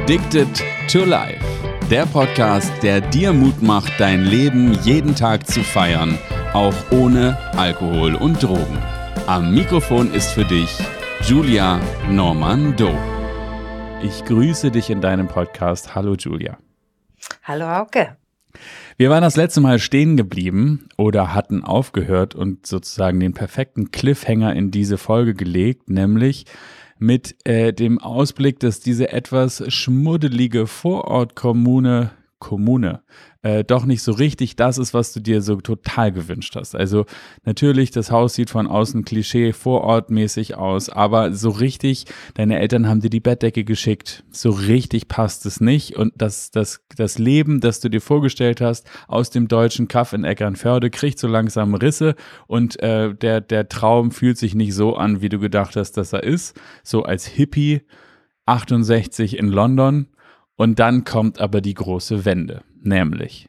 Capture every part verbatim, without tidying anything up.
Addicted to Life, der Podcast, der dir Mut macht, dein Leben jeden Tag zu feiern, auch ohne Alkohol und Drogen. Am Mikrofon ist für dich Julia Normando. Ich grüße dich in deinem Podcast. Hallo Julia. Hallo Hauke. Wir waren das letzte Mal stehen geblieben oder hatten aufgehört und sozusagen den perfekten Cliffhanger in diese Folge gelegt, nämlich mit äh, dem Ausblick, dass diese etwas schmuddelige Vorortkommune, Kommune, äh, doch nicht so richtig das ist, was du dir so total gewünscht hast. Also natürlich, das Haus sieht von außen Klischee vorortmäßig aus, aber so richtig, deine Eltern haben dir die Bettdecke geschickt, so richtig passt es nicht und das, das, das Leben, das du dir vorgestellt hast aus dem deutschen Kaff in Eckernförde, kriegt so langsam Risse und äh, der, der Traum fühlt sich nicht so an, wie du gedacht hast, dass er ist, so als Hippie achtundsechzig in London. Und dann kommt aber die große Wende, nämlich.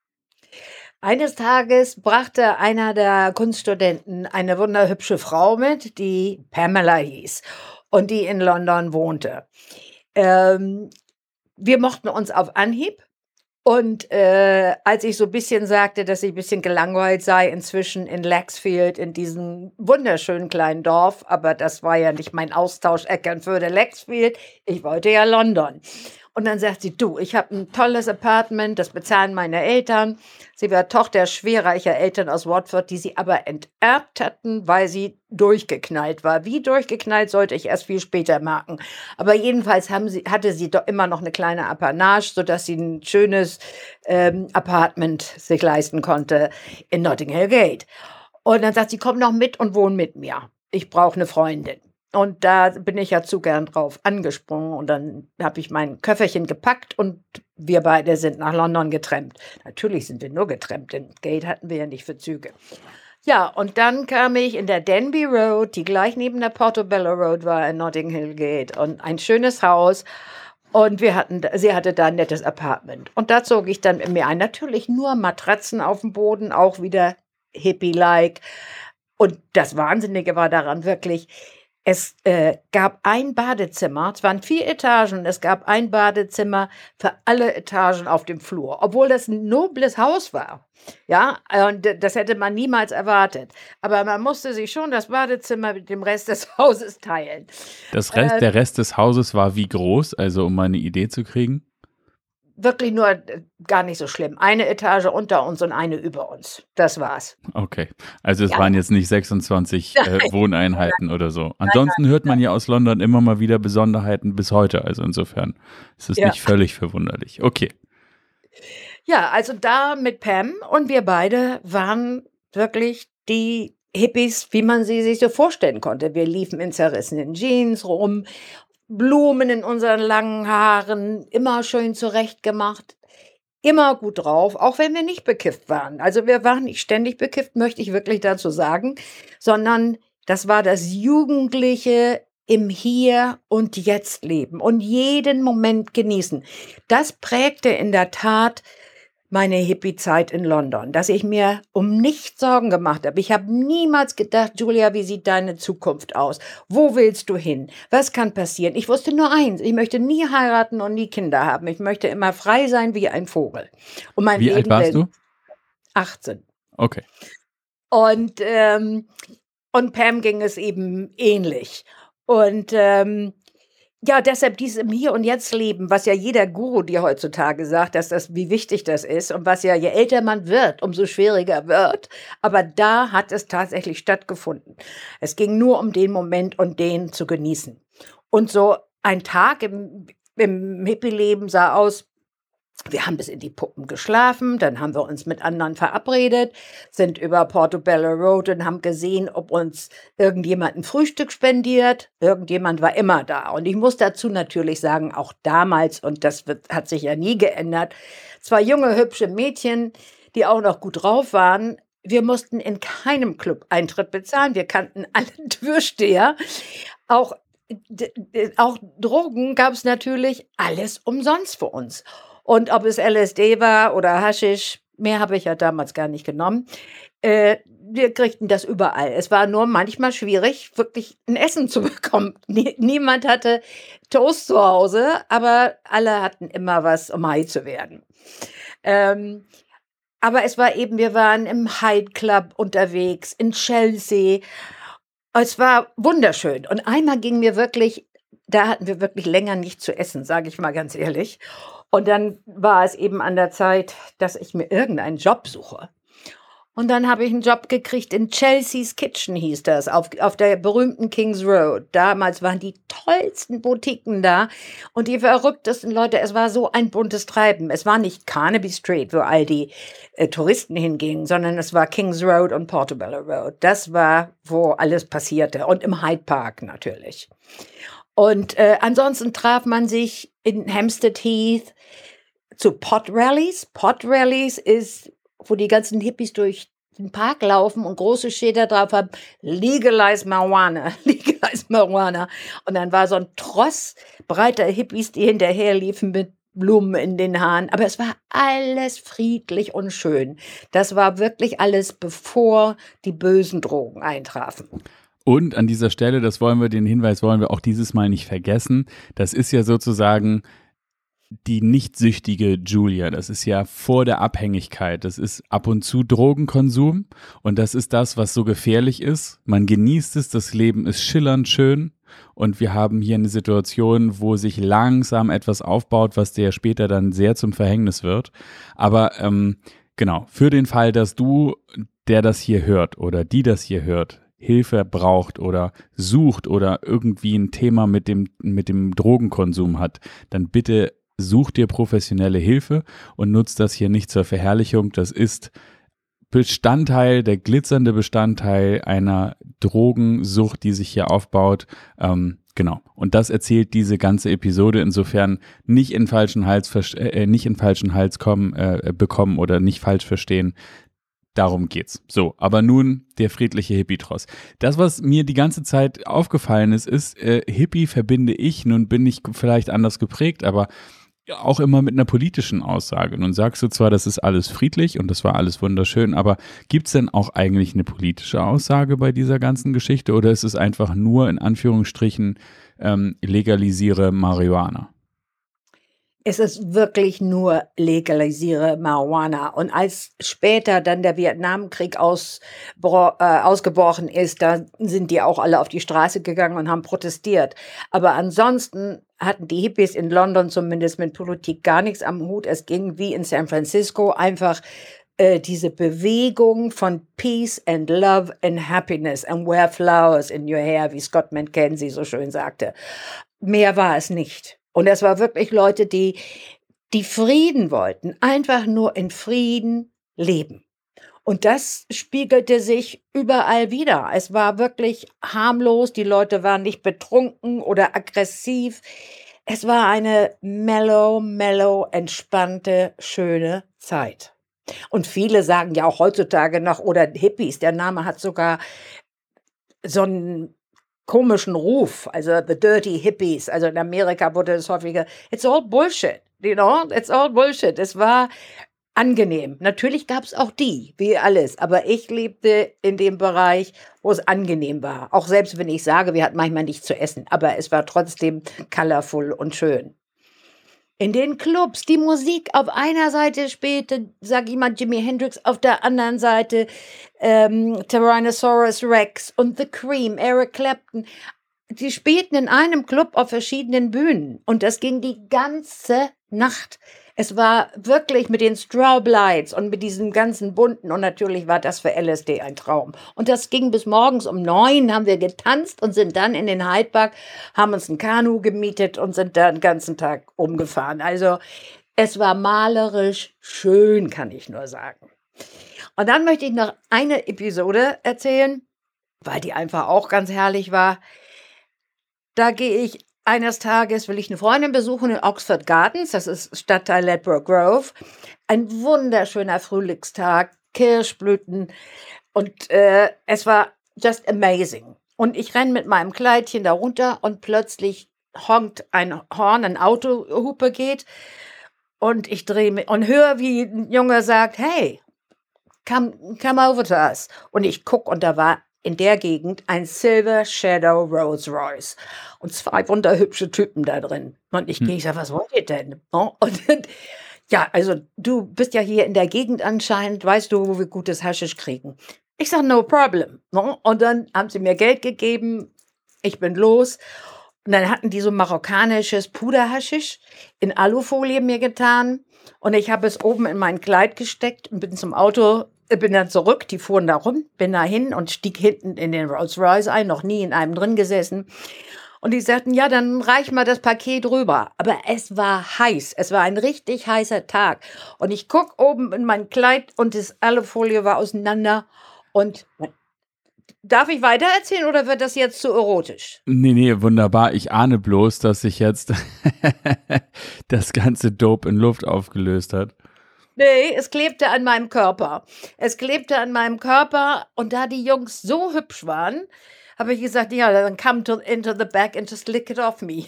Eines Tages brachte einer der Kunststudenten eine wunderhübsche Frau mit, die Pamela hieß und die in London wohnte. Ähm, wir mochten uns auf Anhieb. Und äh, als ich so ein bisschen sagte, dass ich ein bisschen gelangweilt sei, inzwischen in Laxfield, in diesem wunderschönen kleinen Dorf, aber das war ja nicht mein Austausch Eckernförde Laxfield, ich wollte ja London. Und dann sagt sie, du, ich habe ein tolles Apartment, das bezahlen meine Eltern. Sie war Tochter schwerreicher Eltern aus Watford, die sie aber enterbt hatten, weil sie durchgeknallt war. Wie durchgeknallt, sollte ich erst viel später merken. Aber jedenfalls haben sie, hatte sie doch immer noch eine kleine Apanage, sodass sie ein schönes ähm, Apartment sich leisten konnte in Notting Hill Gate. Und dann sagt sie, komm noch mit und wohn mit mir. Ich brauche eine Freundin. Und da bin ich ja zu gern drauf angesprungen und dann habe ich mein Köfferchen gepackt und wir beide sind nach London getrennt. Natürlich sind wir nur getrennt, denn Geld hatten wir ja nicht für Züge. Ja, und dann kam ich in der Denby Road, die gleich neben der Portobello Road war in Notting Hill Gate und ein schönes Haus. Und wir hatten, sie hatte da ein nettes Apartment. Und da zog ich dann mit mir ein. Natürlich nur Matratzen auf dem Boden, auch wieder hippie-like. Und das Wahnsinnige war daran wirklich, es äh, gab ein Badezimmer, es waren vier Etagen, es gab ein Badezimmer für alle Etagen auf dem Flur, obwohl das ein nobles Haus war. Ja, und das hätte man niemals erwartet. Aber man musste sich schon das Badezimmer mit dem Rest des Hauses teilen. Das Rest, äh, der Rest des Hauses war wie groß, also um mal eine Idee zu kriegen? Wirklich nur äh, gar nicht so schlimm. Eine Etage unter uns und eine über uns. Das war's. Okay, also es Ja. waren jetzt nicht sechsundzwanzig äh, Wohneinheiten oder so. Ansonsten nein, hört man ja aus London immer mal wieder Besonderheiten bis heute. Also insofern ist es Ja. nicht völlig verwunderlich. Okay. Ja, also da mit Pam und wir beide waren wirklich die Hippies, wie man sie sich so vorstellen konnte. Wir liefen in zerrissenen Jeans rum, Blumen in unseren langen Haaren, immer schön zurechtgemacht, immer gut drauf, auch wenn wir nicht bekifft waren. Also wir waren nicht ständig bekifft, möchte ich wirklich dazu sagen, sondern das war das Jugendliche im Hier und Jetzt leben und jeden Moment genießen. Das prägte in der Tat meine Hippie-Zeit in London, dass ich mir um nichts Sorgen gemacht habe. Ich habe niemals gedacht, Julia, wie sieht deine Zukunft aus? Wo willst du hin? Was kann passieren? Ich wusste nur eins, ich möchte nie heiraten und nie Kinder haben. Ich möchte immer frei sein wie ein Vogel. Und mein Wie Leben alt warst du? achtzehn. Okay. Und, ähm, und Pam ging es eben ähnlich. Und ähm, ja, deshalb dieses im Hier und Jetzt leben, was ja jeder Guru dir heutzutage sagt, dass das, wie wichtig das ist und was ja, je älter man wird, umso schwieriger wird. Aber da hat es tatsächlich stattgefunden. Es ging nur um den Moment und den zu genießen. Und so ein Tag im, im Hippie-Leben sah aus, wir haben bis in die Puppen geschlafen, dann haben wir uns mit anderen verabredet, sind über Portobello Road und haben gesehen, ob uns irgendjemand ein Frühstück spendiert. Irgendjemand war immer da. Und ich muss dazu natürlich sagen, auch damals, und das wird, hat sich ja nie geändert, zwei junge, hübsche Mädchen, die auch noch gut drauf waren. Wir mussten in keinem Club Eintritt bezahlen. Wir kannten alle Türsteher. Auch, d- d- auch Drogen gab es natürlich alles umsonst für uns. Und ob es L S D war oder Haschisch, Mehr habe ich ja damals gar nicht genommen. Äh, wir kriegten das überall. Es war nur manchmal schwierig, wirklich ein Essen zu bekommen. Nie, niemand hatte Toast zu Hause, aber alle hatten immer was, um high zu werden. Ähm, aber es war eben, wir waren im Hyde Club unterwegs, in Chelsea. Es war wunderschön. Und einmal ging mir wirklich, da hatten wir wirklich länger nicht zu essen, sage ich mal ganz ehrlich. Und dann war es eben an der Zeit, dass ich mir irgendeinen Job suche. Und dann habe ich einen Job gekriegt in Chelsea's Kitchen, hieß das, auf, auf der berühmten King's Road. Damals waren die tollsten Boutiquen da und die verrücktesten Leute. Es war so ein buntes Treiben. Es war nicht Carnaby Street, wo all die äh, Touristen hingingen, sondern es war King's Road und Portobello Road. Das war, wo alles passierte. Und im Hyde Park natürlich. Und äh, ansonsten traf man sich in Hampstead Heath zu Pot Rallies. Pot Rallies ist, wo die ganzen Hippies durch den Park laufen und große Schilder drauf haben, legalize marijuana, legalize marijuana. Und dann war so ein Tross breiter Hippies, die hinterher liefen mit Blumen in den Haaren. Aber es war alles friedlich und schön. Das war wirklich alles, bevor die bösen Drogen eintrafen. Und an dieser Stelle, das wollen wir, den Hinweis wollen wir auch dieses Mal nicht vergessen, das ist ja sozusagen die nicht süchtige Julia. Das ist ja vor der Abhängigkeit. Das ist ab und zu Drogenkonsum und das ist das, was so gefährlich ist. Man genießt es, das Leben ist schillernd schön und wir haben hier eine Situation, wo sich langsam etwas aufbaut, was dir später dann sehr zum Verhängnis wird. Aber ähm, genau, für den Fall, dass du, der das hier hört oder die das hier hört, Hilfe braucht oder sucht oder irgendwie ein Thema mit dem, mit dem Drogenkonsum hat, dann bitte such dir professionelle Hilfe und nutzt das hier nicht zur Verherrlichung. Das ist Bestandteil, der glitzernde Bestandteil einer Drogensucht, die sich hier aufbaut. Ähm, genau. Und das erzählt diese ganze Episode. Insofern nicht in falschen Hals, äh, nicht in falschen Hals kommen, äh, bekommen oder nicht falsch verstehen. Darum geht's. So, aber nun der friedliche Hippie-Tross. Das, was mir die ganze Zeit aufgefallen ist, ist, äh, Hippie verbinde ich, nun bin ich vielleicht anders geprägt, aber auch immer mit einer politischen Aussage. Nun sagst du zwar, das ist alles friedlich und das war alles wunderschön, aber gibt's denn auch eigentlich eine politische Aussage bei dieser ganzen Geschichte oder ist es einfach nur in Anführungsstrichen ähm, legalisiere Marihuana? Es ist wirklich nur legalisiere Marihuana. Und als später dann der Vietnamkrieg ausbro- äh, ausgebrochen ist, da sind die auch alle auf die Straße gegangen und haben protestiert. Aber ansonsten hatten die Hippies in London zumindest mit Politik gar nichts am Hut. Es ging wie in San Francisco einfach äh, diese Bewegung von Peace and Love and Happiness and wear flowers in your hair, wie Scott McKenzie so schön sagte. Mehr war es nicht. Und es war wirklich Leute, die, die Frieden wollten, einfach nur in Frieden leben. Und das spiegelte sich überall wieder. Es war wirklich harmlos, die Leute waren nicht betrunken oder aggressiv. Es war eine mellow, mellow, entspannte, schöne Zeit. Und viele sagen ja auch heutzutage noch, oder Hippies, der Name hat sogar so einen komischen Ruf, also the dirty hippies, also in Amerika wurde es häufiger, it's all bullshit, you know, it's all bullshit. Es war angenehm. Natürlich gab es auch die, wie alles, aber ich lebte in dem Bereich, wo es angenehm war. Auch selbst wenn ich sage, wir hatten manchmal nichts zu essen, aber es war trotzdem colorful und schön. In den Clubs, die Musik auf einer Seite spielte, sag ich mal, Jimi Hendrix, auf der anderen Seite ähm, Tyrannosaurus Rex und The Cream, Eric Clapton. Die spielten in einem Club auf verschiedenen Bühnen und das ging die ganze Nacht. Es war wirklich mit den Strobe Lights und mit diesem ganzen bunten und natürlich war das für L S D ein Traum. Und das ging bis morgens um neun, haben wir getanzt und sind dann in den Hyde Park, haben uns ein Kanu gemietet und sind da den ganzen Tag umgefahren. Also es war malerisch schön, kann ich nur sagen. Und dann möchte ich noch eine Episode erzählen, weil die einfach auch ganz herrlich war. Da gehe ich Eines Tages will ich eine Freundin besuchen in Oxford Gardens, das ist Stadtteil Ledbroke Grove. Ein wunderschöner Frühlingstag, Kirschblüten und äh, es war just amazing. Und ich renne mit meinem Kleidchen da runter und plötzlich honkt ein Horn, ein Autohupe geht Und ich drehe mich und höre, wie ein Junge sagt, hey, come, come over to us. Und ich gucke und da war in der Gegend ein Silver Shadow Rolls Royce. Und zwei wunderhübsche Typen da drin. Und ich Hm. gehe, ich sage, was wollt ihr denn? Und dann, ja, also du bist ja hier in der Gegend anscheinend, weißt du, wo wir gutes Haschisch kriegen. Ich sage, no problem. Und dann haben sie mir Geld gegeben, ich bin los. Und dann hatten die so marokkanisches Puderhaschisch in Alufolie mir getan. Und ich habe es oben in mein Kleid gesteckt und bin zum Auto, bin dann zurück, die fuhren da rum, bin da hin und stieg hinten in den Rolls Royce ein, noch nie in einem drin gesessen. Und die sagten, ja, dann reich mal das Paket rüber. Aber es war heiß, es war ein richtig heißer Tag. Und ich guck oben in mein Kleid und das Alufolie war auseinander. Und darf ich weiter erzählen oder wird das jetzt zu erotisch? Nee, nee, wunderbar. Ich ahne bloß, dass sich jetzt das ganze Dope in Luft aufgelöst hat. Nee, es klebte an meinem Körper. Es klebte an meinem Körper und da die Jungs so hübsch waren, habe ich gesagt, ja, dann come to, into the back and just lick it off me.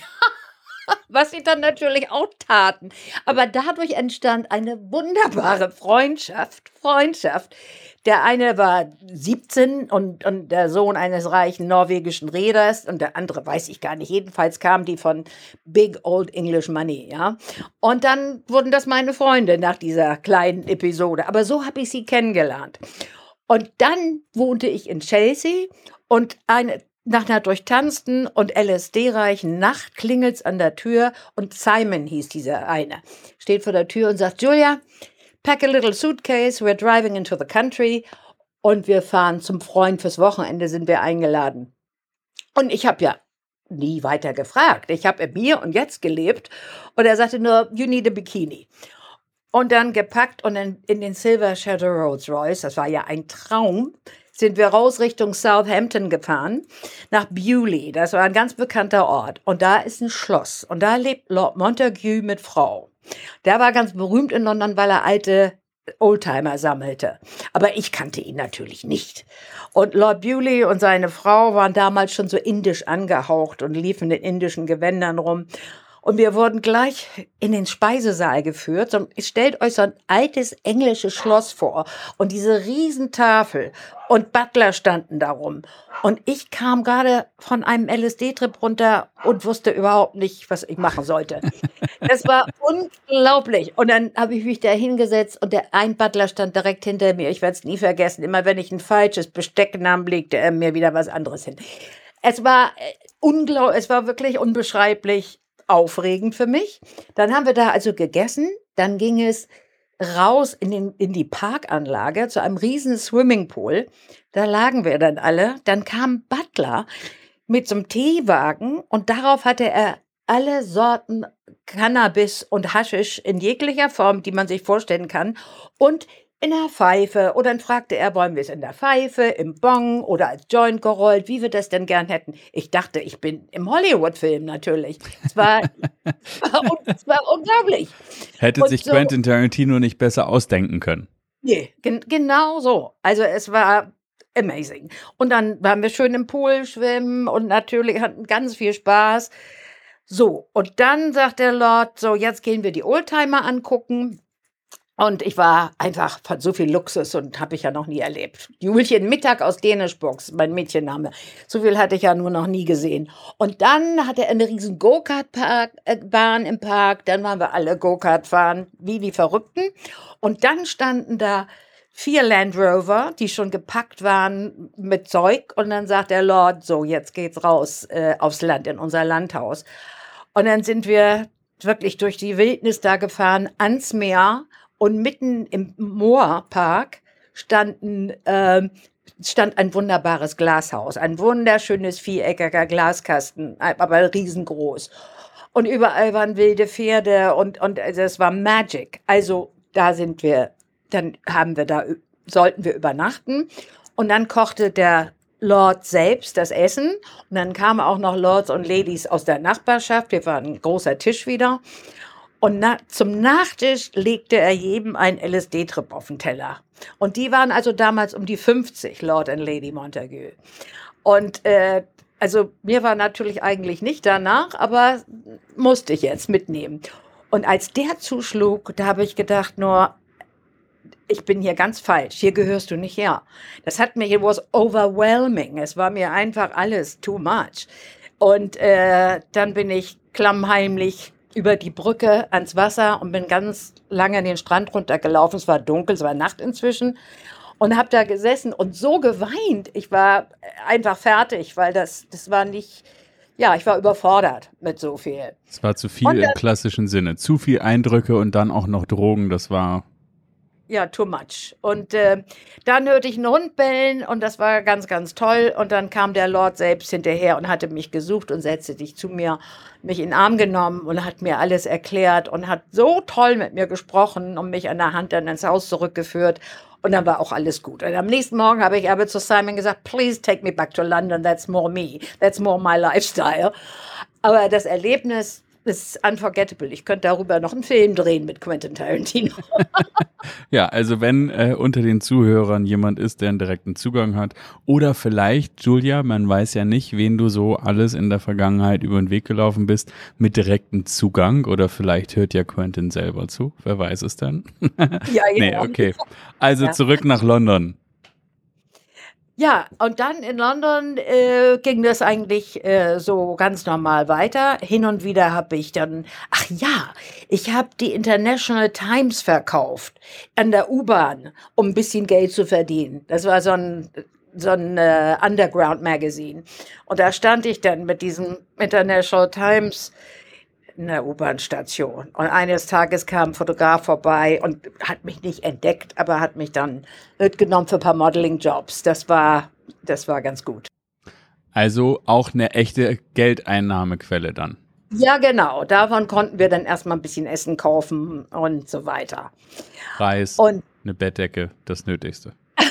Was sie dann natürlich auch taten. Aber dadurch entstand eine wunderbare Freundschaft. Freundschaft. Der eine war siebzehn und, und der Sohn eines reichen norwegischen Reeders und der andere weiß ich gar nicht. Jedenfalls kamen die von Big Old English Money, ja. Und dann wurden das meine Freunde nach dieser kleinen Episode. Aber so habe ich sie kennengelernt. Und dann wohnte ich in Chelsea und eine nach einer durchtanzten und L S D-reichen Nacht klingelt's an der Tür und Simon hieß dieser eine. Steht vor der Tür und sagt, Julia, pack a little suitcase, we're driving into the country und wir fahren zum Freund fürs Wochenende, sind wir eingeladen. Und ich habe ja nie weiter gefragt. Ich habe im Hier und Jetzt gelebt und er sagte nur, you need a bikini. Und dann gepackt und in, in den Silver Shadow Rolls Royce, das war ja ein Traum, sind wir raus Richtung Southampton gefahren, nach Bewley. Das war ein ganz bekannter Ort. Und da ist ein Schloss. Und da lebt Lord Montagu mit Frau. Der war ganz berühmt in London, weil er alte Oldtimer sammelte. Aber ich kannte ihn natürlich nicht. Und Lord Bewley und seine Frau waren damals schon so indisch angehaucht und liefen in indischen Gewändern rum. Und wir wurden gleich in den Speisesaal geführt. Und stellt euch so ein altes englisches Schloss vor. Und diese Riesentafel. Und Butler standen da rum. Und ich kam gerade von einem L S D-Trip runter und wusste überhaupt nicht, was ich machen sollte. Das war unglaublich. Und dann habe ich mich da hingesetzt und der ein Butler stand direkt hinter mir. Ich werde es nie vergessen. Immer wenn ich ein falsches Besteck nahm, legte er mir wieder was anderes hin. Es war unglaublich, es war wirklich unbeschreiblich aufregend für mich. Dann haben wir da also gegessen. Dann ging es raus in, den, in die Parkanlage zu einem riesen Swimmingpool. Da lagen wir dann alle. Dann kam Butler mit so einem Teewagen und darauf hatte er alle Sorten Cannabis und Haschisch in jeglicher Form, die man sich vorstellen kann und in der Pfeife. Und dann fragte er, wollen wir es in der Pfeife, im Bong oder als Joint gerollt, wie wir das denn gern hätten. Ich dachte, ich bin im Hollywood-Film natürlich. Es war, es war unglaublich. Hätte Und sich so, Quentin Tarantino nicht besser ausdenken können. Nee, gen genau so. Also es war amazing. Und dann waren wir schön im Pool schwimmen und natürlich hatten ganz viel Spaß. So, und dann sagt der Lord, so jetzt gehen wir die Oldtimer angucken. Und ich war einfach von so viel Luxus und habe ich ja noch nie erlebt. Julchen Mittag aus Dänischbox, mein Mädchenname. So viel hatte ich ja nur noch nie gesehen. Und dann hatte er eine riesen Go-Kart-Bahn im Park. Dann waren wir alle Go-Kart fahren, wie die Verrückten. Und dann standen da vier Land Rover, die schon gepackt waren mit Zeug. Und dann sagt der Lord, so jetzt geht's raus äh, aufs Land, in unser Landhaus. Und dann sind wir wirklich durch die Wildnis da gefahren, ans Meer. Und mitten im Moorpark standen, äh, stand ein wunderbares Glashaus, ein wunderschönes viereckiger Glaskasten, aber riesengroß. Und überall waren wilde Pferde und, und also es war Magic. Also da sind wir, dann haben wir da, sollten wir übernachten. Und dann kochte der Lord selbst das Essen. Und dann kamen auch noch Lords und Ladies aus der Nachbarschaft. Wir waren ein großer Tisch wieder. Und na, zum Nachtisch legte er jedem einen L S D-Trip auf den Teller. Und die waren also damals um die fünfzig, Lord und Lady Montagu. Und äh, also mir war natürlich eigentlich nicht danach, aber musste ich jetzt mitnehmen. Und als der zuschlug, da habe ich gedacht nur, ich bin hier ganz falsch, hier gehörst du nicht her. Das hat mich, it was overwhelming, es war mir einfach alles too much. Und äh, dann bin ich klammheimlich über die Brücke ans Wasser und bin ganz lange an den Strand runtergelaufen. Es war dunkel, es war Nacht inzwischen. Und habe da gesessen und so geweint. Ich war einfach fertig, weil das, das war nicht, ja, ich war überfordert mit so viel. Es war zu viel im klassischen Sinne. Zu viel Eindrücke und dann auch noch Drogen, das war... Ja, too much. Und äh, dann hörte ich einen Hund bellen und das war ganz, ganz toll. Und dann kam der Lord selbst hinterher und hatte mich gesucht und setzte sich zu mir, mich in den Arm genommen und hat mir alles erklärt und hat so toll mit mir gesprochen und mich an der Hand dann ins Haus zurückgeführt. Und dann war auch alles gut. Und am nächsten Morgen habe ich aber zu Simon gesagt, please take me back to London, that's more me, that's more my lifestyle. Aber das Erlebnis ist unforgettable. Ich könnte darüber noch einen Film drehen mit Quentin Tarantino. Ja, also wenn äh, unter den Zuhörern jemand ist, der einen direkten Zugang hat oder vielleicht, Julia, man weiß ja nicht, wen du so alles in der Vergangenheit über den Weg gelaufen bist, mit direktem Zugang oder vielleicht hört ja Quentin selber zu, wer weiß es dann? Ja, nee, ja. okay. Also Ja. zurück nach London. Ja, und dann in London äh, ging das eigentlich äh, so ganz normal weiter. Hin und wieder habe ich dann, ach ja, ich habe die International Times verkauft an der U-Bahn, um ein bisschen Geld zu verdienen. Das war so ein, so ein äh, Underground-Magazin. Und da stand ich dann mit diesem International Times in der U-Bahn-Station. Und eines Tages kam ein Fotograf vorbei und hat mich nicht entdeckt, aber hat mich dann mitgenommen für ein paar Modeling-Jobs. Das war, das war ganz gut. Also auch eine echte Geldeinnahmequelle dann. Ja, genau. Davon konnten wir dann erstmal ein bisschen Essen kaufen und so weiter. Reis, Und eine Bettdecke, das Nötigste.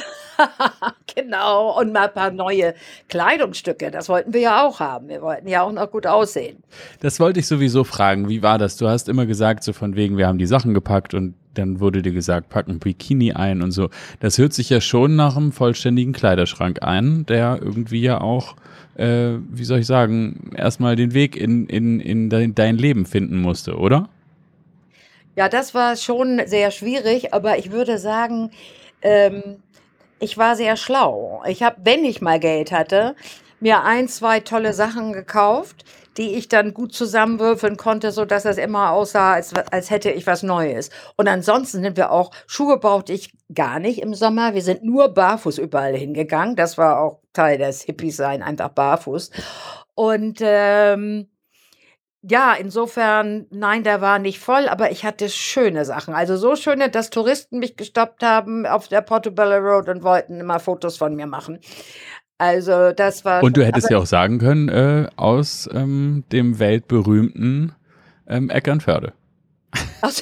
genau, und mal ein paar neue Kleidungsstücke. Das wollten wir ja auch haben. Wir wollten ja auch noch gut aussehen. Das wollte ich sowieso fragen. Wie war das? Du hast immer gesagt, so von wegen, wir haben die Sachen gepackt und dann wurde dir gesagt, pack ein Bikini ein und so. Das hört sich ja schon nach einem vollständigen Kleiderschrank an, der irgendwie ja auch, äh, wie soll ich sagen, erstmal den Weg in, in, in dein, dein Leben finden musste, oder? Ja, das war schon sehr schwierig, aber ich würde sagen, ähm, ich war sehr schlau. Ich habe, wenn ich mal Geld hatte, mir ein, zwei tolle Sachen gekauft, die ich dann gut zusammenwürfeln konnte, sodass es immer aussah, als, als hätte ich was Neues. Und ansonsten sind wir auch, Schuhe brauchte ich gar nicht im Sommer. Wir sind nur barfuß überall hingegangen. Das war auch Teil des Hippies-Sein, einfach barfuß. Und ähm, ja, insofern, nein, der war nicht voll, aber ich hatte schöne Sachen. Also so schöne, dass Touristen mich gestoppt haben auf der Portobello Road und wollten immer Fotos von mir machen. Also das war. Und du schon, hättest aber ja auch sagen können, äh, aus ähm, dem weltberühmten ähm, Eckernförde. Also,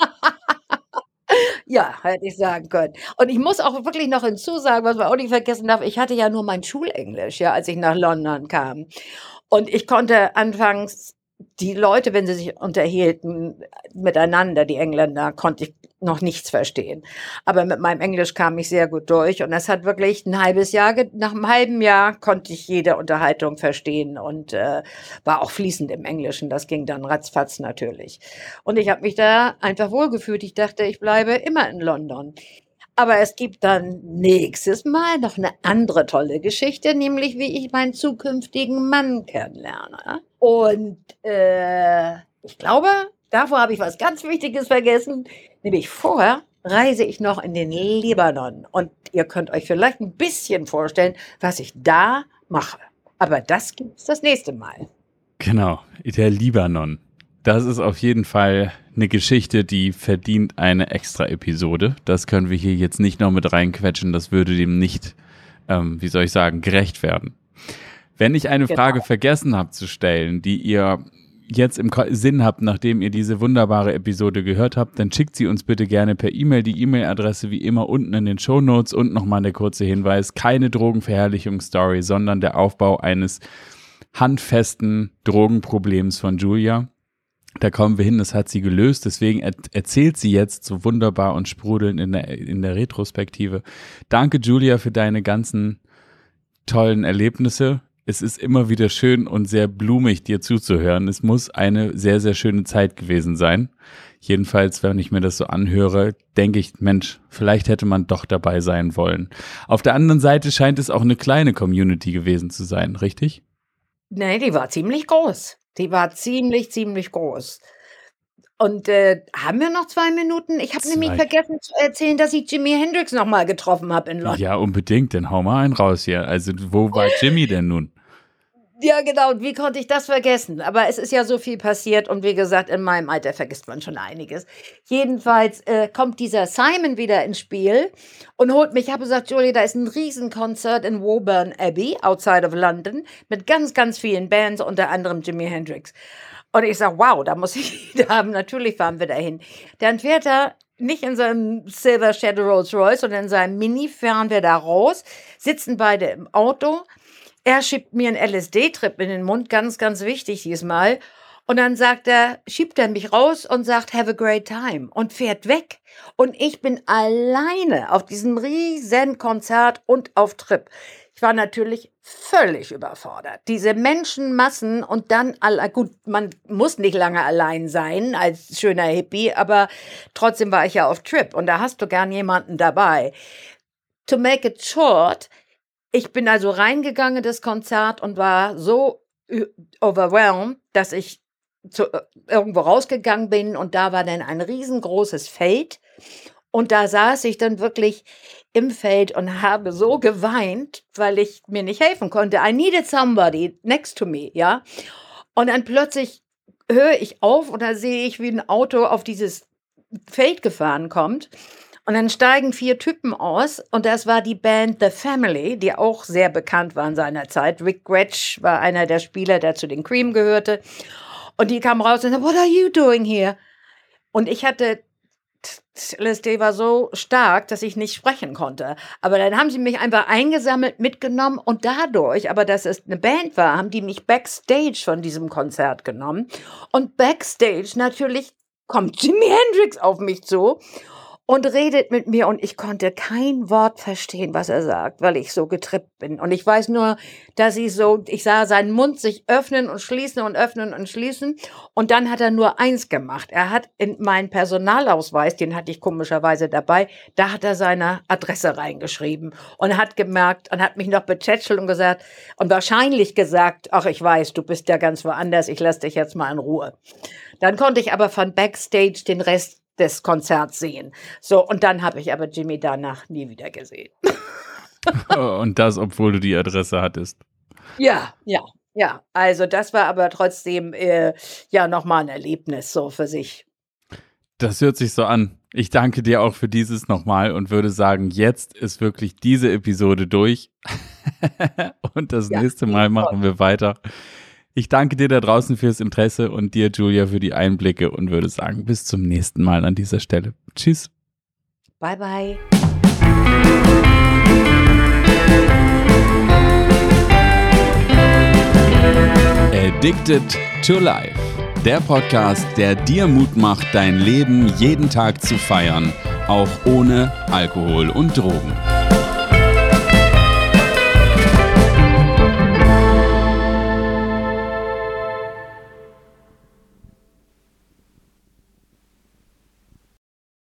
ja, hätte ich sagen können. Und ich muss auch wirklich noch hinzusagen, was man auch nicht vergessen darf, ich hatte ja nur mein Schulenglisch, ja, als ich nach London kam. Und ich konnte anfangs die Leute, wenn sie sich unterhielten miteinander, die Engländer, konnte ich noch nichts verstehen. Aber mit meinem Englisch kam ich sehr gut durch. Und das hat wirklich ein halbes Jahr, ge- nach einem halben Jahr konnte ich jede Unterhaltung verstehen und äh, war auch fließend im Englischen. Das ging dann ratzfatz natürlich. Und ich habe mich da einfach wohlgefühlt. Ich dachte, ich bleibe immer in London. Aber es gibt dann nächstes Mal noch eine andere tolle Geschichte, nämlich wie ich meinen zukünftigen Mann kennenlerne. Und äh, ich glaube, davor habe ich was ganz Wichtiges vergessen, nämlich vorher reise ich noch in den Libanon. Und ihr könnt euch vielleicht ein bisschen vorstellen, was ich da mache. Aber das gibt's das nächste Mal. Genau, der Libanon. Das ist auf jeden Fall eine Geschichte, die verdient eine extra Episode. Das können wir hier jetzt nicht noch mit reinquetschen. Das würde dem nicht, ähm, wie soll ich sagen, gerecht werden. Wenn ich eine Genau. Frage vergessen habe zu stellen, die ihr jetzt im Ko- Sinn habt, nachdem ihr diese wunderbare Episode gehört habt, dann schickt sie uns bitte gerne per E-Mail. Die E-Mail-Adresse wie immer unten in den Shownotes und nochmal der kurze Hinweis, keine Drogenverherrlichungsstory, sondern der Aufbau eines handfesten Drogenproblems von Julia. Da kommen wir hin, das hat sie gelöst, deswegen er- erzählt sie jetzt so wunderbar und sprudelnd in der, in der Retrospektive. Danke, Julia, für deine ganzen tollen Erlebnisse. es ist immer wieder schön und sehr blumig, dir zuzuhören. Es muss eine sehr, sehr schöne Zeit gewesen sein. Jedenfalls, wenn ich mir das so anhöre, denke ich, Mensch, vielleicht hätte man doch dabei sein wollen. Auf der anderen Seite scheint es auch eine kleine Community gewesen zu sein, richtig? Nee, die war ziemlich groß. Die war ziemlich, ziemlich groß. Und äh, haben wir noch zwei Minuten? Ich habe nämlich Zwei. vergessen zu erzählen, dass ich Jimi Hendrix nochmal getroffen habe in London. Ja, unbedingt, dann hau mal einen raus hier. Also, wo war Jimmy denn nun? Ja, genau. Und wie konnte ich das vergessen? Aber es ist ja so viel passiert und wie gesagt, in meinem Alter vergisst man schon einiges. Jedenfalls äh, kommt dieser Simon wieder ins Spiel und holt mich. Ich habe gesagt, Julie, da ist ein Riesenkonzert in Woburn Abbey, outside of London, mit ganz, ganz vielen Bands, unter anderem Jimi Hendrix. Und ich sage, wow, da muss ich da haben. Natürlich fahren wir dahin. Dann fährt er nicht in seinem Silver Shadow Rolls Royce, sondern in seinem Mini fahren wir da raus, sitzen beide im Auto. Er schiebt mir einen L S D-Trip in den Mund, ganz, ganz wichtig diesmal. Und dann sagt er, schiebt er mich raus und sagt, have a great time und fährt weg. Und ich bin alleine auf diesem riesen Konzert und auf Trip. Ich war natürlich völlig überfordert. Diese Menschenmassen und dann, alle, gut, man muss nicht lange allein sein als schöner Hippie, aber trotzdem war ich ja auf Trip und da hast du gern jemanden dabei. To make it short, ich bin also reingegangen in das Konzert und war so overwhelmed, dass ich zu, irgendwo rausgegangen bin und da war dann ein riesengroßes Feld und da saß ich dann wirklich im Feld und habe so geweint, weil ich mir nicht helfen konnte. I needed somebody next to me, ja. Und dann plötzlich höre ich auf und da sehe ich, wie ein Auto auf dieses Feld gefahren kommt. Und dann steigen vier Typen aus und das war die Band The Family, die auch sehr bekannt war in seiner Zeit. Rick Gretsch war einer der Spieler, der zu den Cream gehörte. Und die kamen raus und sagten, what are you doing here? Und ich hatte, L S D war so stark, dass ich nicht sprechen konnte. Aber dann haben sie mich einfach eingesammelt, mitgenommen und dadurch, aber dass es eine Band war, haben die mich backstage von diesem Konzert genommen. Und backstage natürlich kommt Jimi Hendrix auf mich zu und redet mit mir und ich konnte kein Wort verstehen, was er sagt, weil ich so getrippt bin. Und ich weiß nur, dass ich so, ich sah seinen Mund sich öffnen und schließen und öffnen und schließen. Und dann hat er nur eins gemacht. Er hat in meinen Personalausweis, den hatte ich komischerweise dabei, da hat er seine Adresse reingeschrieben und hat gemerkt und hat mich noch betätschelt und gesagt und wahrscheinlich gesagt, ach, ich weiß, du bist ja ganz woanders, ich lasse dich jetzt mal in Ruhe. Dann konnte ich aber von Backstage den Rest des Konzerts sehen. So, und dann habe ich aber Jimmy danach nie wieder gesehen. Und das, obwohl du die Adresse hattest. Ja, ja, ja. Also das war aber trotzdem äh, ja nochmal ein Erlebnis so für sich. Das hört sich so an. Ich danke dir auch für dieses nochmal und würde sagen, jetzt ist wirklich diese Episode durch. Und das ja, nächste Mal machen wir weiter. Ich danke dir da draußen fürs Interesse und dir, Julia, für die Einblicke und würde sagen, bis zum nächsten Mal an dieser Stelle. Tschüss. Bye, bye. Addicted to Life. Der Podcast, der dir Mut macht, dein Leben jeden Tag zu feiern, auch ohne Alkohol und Drogen.